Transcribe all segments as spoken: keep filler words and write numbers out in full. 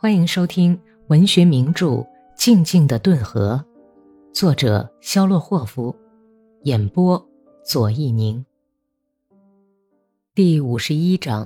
欢迎收听文学名著《静静的顿河》，作者肖洛霍夫，演播左一宁。第五十一章。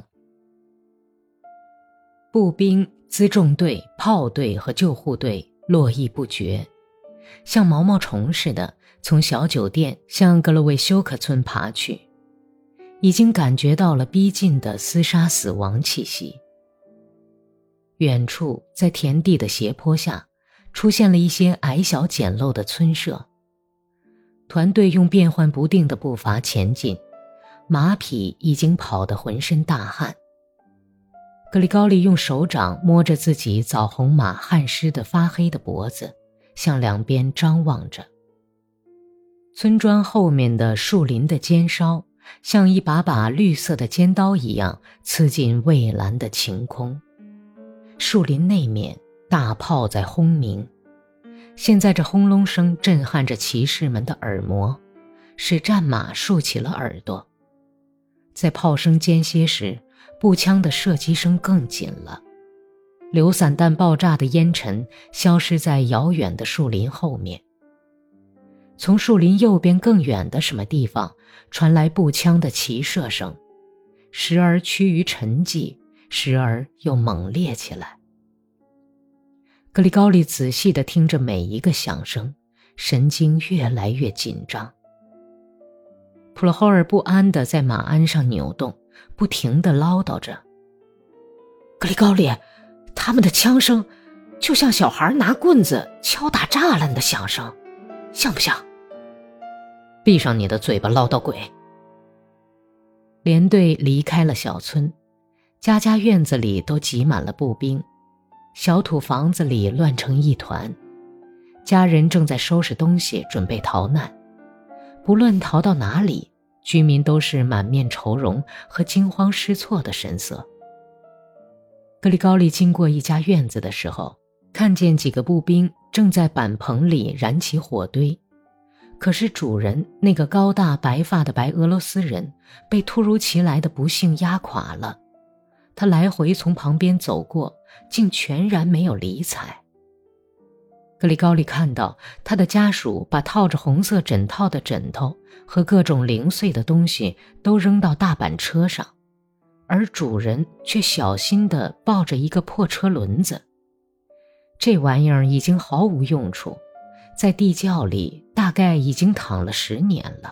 步兵、辎重队、炮队和救护队络绎不绝，像毛毛虫似的从小酒店向格罗维修克村爬去，已经感觉到了逼近的厮杀死亡气息。远处在田地的斜坡下出现了一些矮小简陋的村舍，团队用变幻不定的步伐前进，马匹已经跑得浑身大汗。格里高利用手掌摸着自己枣红马汗湿的发黑的脖子，向两边张望着。村庄后面的树林的尖梢像一把把绿色的尖刀一样刺进蔚蓝的晴空。树林内面大炮在轰鸣，现在这轰隆声震撼着骑士们的耳膜，使战马竖起了耳朵。在炮声间歇时，步枪的射击声更紧了，榴散弹爆炸的烟尘消失在遥远的树林后面。从树林右边更远的什么地方传来步枪的齐射声，时而趋于沉寂，时而又猛烈起来。格里高利仔细地听着每一个响声，神经越来越紧张。普罗霍尔不安地在马鞍上扭动，不停地唠叨着：格里高利，他们的枪声就像小孩拿棍子敲打栅栏的响声，像不像？闭上你的嘴巴，唠叨鬼！连队离开了小村，家家院子里都挤满了步兵，小土房子里乱成一团，家人正在收拾东西准备逃难。不论逃到哪里，居民都是满面愁容和惊慌失措的神色。格里高利经过一家院子的时候，看见几个步兵正在板棚里燃起火堆，可是主人那个高大白发的白俄罗斯人被突如其来的不幸压垮了，他来回从旁边走过，竟全然没有理睬。格里高利看到他的家属把套着红色枕套的枕头和各种零碎的东西都扔到大板车上，而主人却小心地抱着一个破车轮子。这玩意儿已经毫无用处，在地窖里大概已经躺了十年了。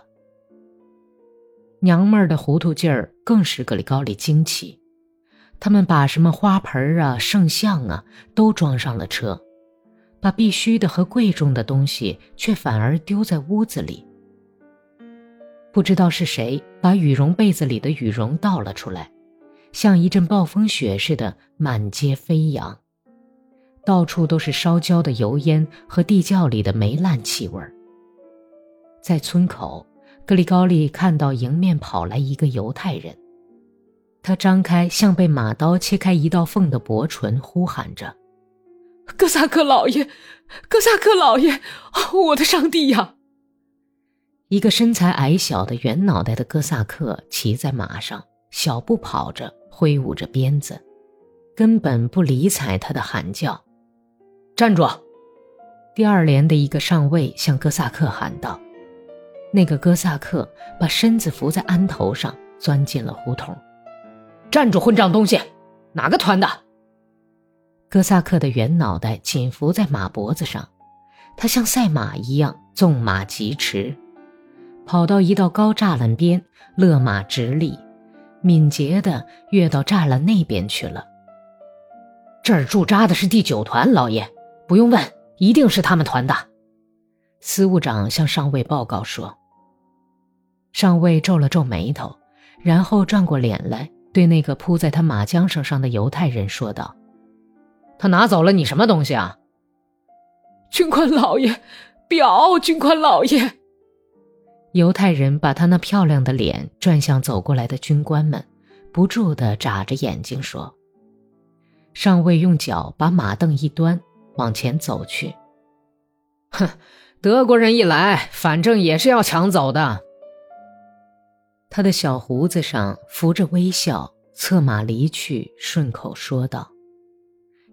娘们儿的糊涂劲儿更使格里高利惊奇，他们把什么花盆啊、圣像啊都装上了车，把必须的和贵重的东西却反而丢在屋子里。不知道是谁把羽绒被子里的羽绒倒了出来，像一阵暴风雪似的满街飞扬，到处都是烧焦的油烟和地窖里的霉烂气味。在村口，格里高利看到迎面跑来一个犹太人，他张开像被马刀切开一道缝的薄唇，呼喊着：哥萨克老爷，哥萨克老爷，哦，我的上帝呀！一个身材矮小的圆脑袋的哥萨克骑在马上，小步跑着，挥舞着鞭子，根本不理睬他的喊叫。站住！第二连的一个上尉向哥萨克喊道。那个哥萨克把身子扶在鞍头上，钻进了胡同。站住，混账东西！哪个团的？哥萨克的圆脑袋紧伏在马脖子上，他像赛马一样纵马疾驰，跑到一道高栅栏边，勒马直立，敏捷地跃到栅栏那边去了。这儿驻扎的是第九团，老爷，不用问，一定是他们团的。司务长向上尉报告说。上尉皱了皱眉头，然后转过脸来，对那个扑在他马缰绳上的犹太人说道：他拿走了你什么东西啊？军官老爷，表，军官老爷。犹太人把他那漂亮的脸转向走过来的军官们，不住地眨着眼睛说。上尉用脚把马凳一端，往前走去。哼，德国人一来，反正也是要抢走的。他的小胡子上浮着微笑，策马离去，顺口说道。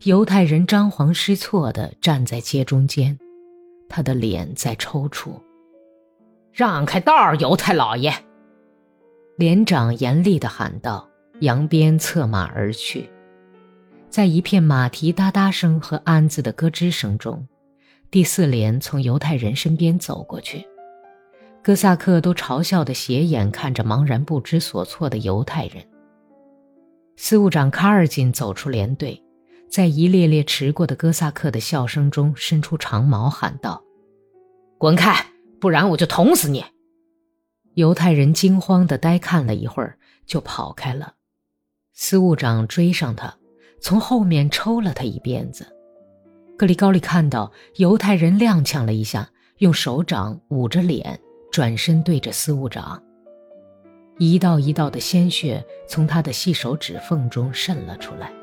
犹太人张皇失措地站在街中间，他的脸在抽搐。让开道，犹太老爷！连长严厉地喊道，扬鞭策马而去。在一片马蹄哒哒声和鞍子的咯吱声中，第四连从犹太人身边走过去。哥萨克都嘲笑地斜眼看着茫然不知所措的犹太人。司务长卡尔金走出连队，在一列列驰过的哥萨克的笑声中伸出长矛喊道，滚开，不然我就捅死你！犹太人惊慌地呆看了一会儿，就跑开了。司务长追上他，从后面抽了他一鞭子。格里高利看到犹太人踉跄了一下，用手掌捂着脸，转身对着司务长。一道一道的鲜血从他的细手指缝中渗了出来。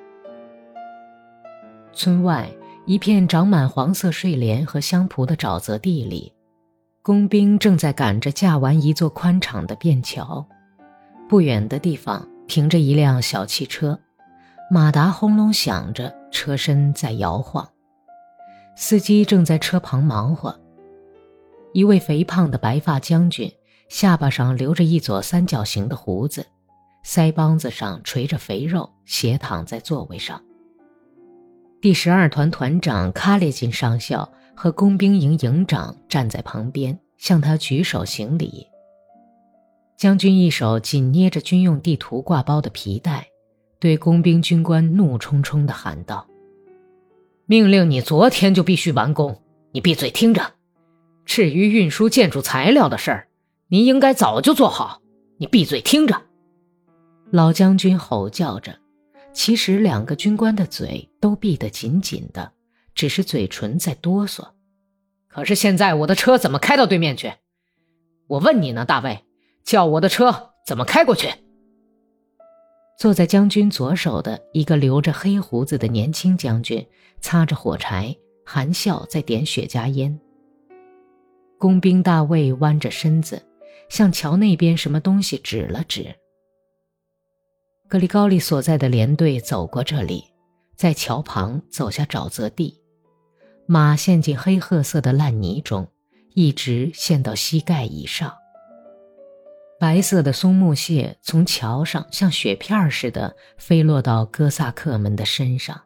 村外一片长满黄色睡莲和香蒲的沼泽地里，工兵正在赶着架完一座宽敞的便桥。不远的地方停着一辆小汽车，马达轰隆响着，车身在摇晃。司机正在车旁忙活。一位肥胖的白发将军，下巴上留着一撮三角形的胡子，腮帮子上垂着肥肉，斜躺在座位上。第十二团团长卡列金上校和工兵营营长站在旁边，向他举手行礼。将军一手紧捏着军用地图挂包的皮带，对工兵军官怒冲冲地喊道，命令你昨天就必须完工，你闭嘴听着。至于运输建筑材料的事儿，您应该早就做好，你闭嘴听着。老将军吼叫着，其实两个军官的嘴都闭得紧紧的，只是嘴唇在哆嗦。可是现在我的车怎么开到对面去？我问你呢，大卫，叫我的车怎么开过去？坐在将军左手的一个留着黑胡子的年轻将军擦着火柴，含笑在点雪茄烟。工兵大卫弯着身子，向桥那边什么东西指了指。格里高利所在的连队走过这里，在桥旁走下沼泽地，马陷进黑褐色的烂泥中，一直陷到膝盖以上。白色的松木屑从桥上像雪片似的飞落到哥萨克们的身上。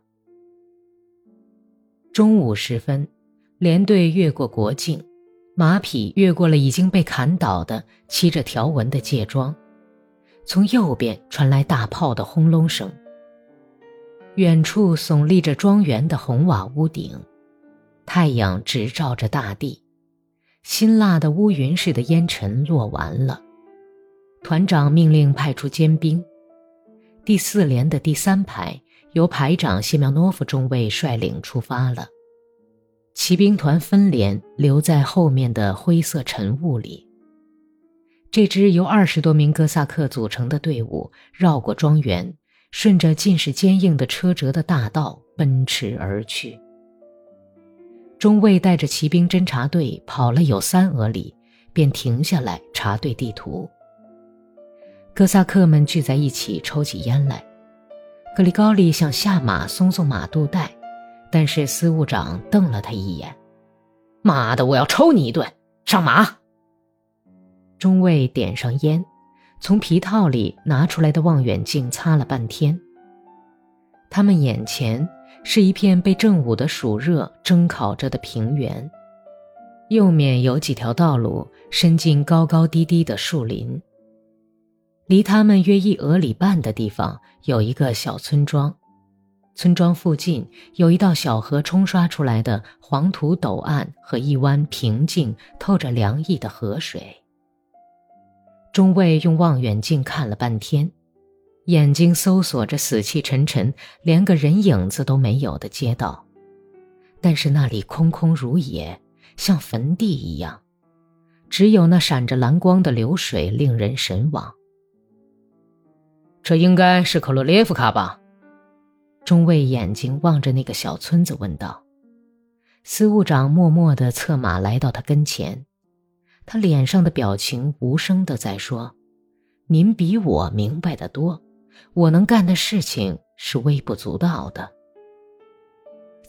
中午时分，连队越过国境，马匹越过了已经被砍倒的漆着条纹的界桩，从右边传来大炮的轰隆声。远处耸立着庄园的红瓦屋顶，太阳直照着大地，辛辣的乌云似的烟尘落完了。团长命令派出尖兵，第四连的第三排由排长谢苗诺夫中尉率领出发了。骑兵团分连留在后面的灰色尘雾里。这支由二十多名哥萨克组成的队伍绕过庄园，顺着尽是坚硬的车辙的大道奔驰而去。中尉带着骑兵侦察队跑了有三俄里，便停下来查对地图。哥萨克们聚在一起抽起烟来。格里高利想下马松松马肚带，但是司务长瞪了他一眼，妈的，我要抽你一顿，上马！中尉点上烟，从皮套里拿出来的望远镜擦了半天。他们眼前是一片被正午的暑热蒸烤着的平原，右面有几条道路伸进高高低低的树林。离他们约一俄里半的地方有一个小村庄，村庄附近有一道小河冲刷出来的黄土陡岸和一湾平静透着凉意的河水。中尉用望远镜看了半天，眼睛搜索着死气沉沉连个人影子都没有的街道，但是那里空空如也，像坟地一样，只有那闪着蓝光的流水令人神往。这应该是克罗列夫卡吧？中尉眼睛望着那个小村子问道。司务长默默地策马来到他跟前，他脸上的表情无声地在说，您比我明白得多，我能干的事情是微不足道的。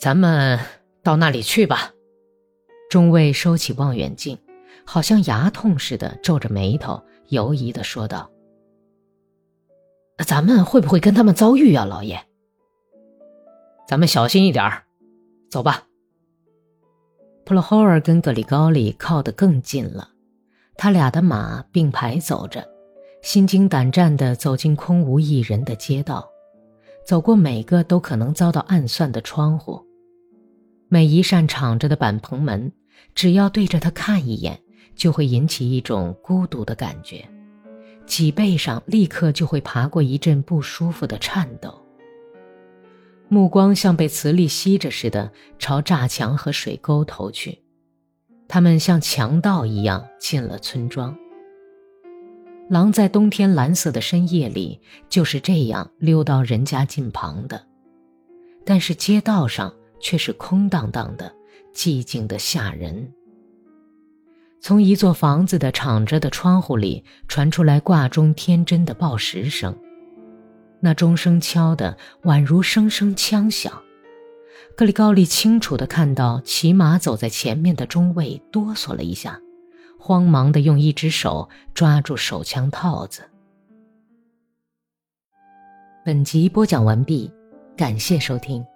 咱们到那里去吧。中尉收起望远镜，好像牙痛似的皱着眉头，犹疑地说道：咱们会不会跟他们遭遇啊，老爷？咱们小心一点儿，走吧。普罗霍尔跟格里高利靠得更近了，他俩的马并排走着，心惊胆战地走进空无一人的街道，走过每个都可能遭到暗算的窗户，每一扇敞着的板棚门，只要对着它看一眼，就会引起一种孤独的感觉，脊背上立刻就会爬过一阵不舒服的颤抖。目光像被磁力吸着似的朝栅墙和水沟投去，他们像强盗一样进了村庄。狼在冬天蓝色的深夜里就是这样溜到人家近旁的，但是街道上却是空荡荡的，寂静的吓人。从一座房子的敞着的窗户里传出来挂钟天真的报时声，那钟声敲得宛如声声枪响。格里高利清楚地看到骑马走在前面的中尉哆嗦了一下，慌忙地用一只手抓住手枪套子。本集播讲完毕，感谢收听。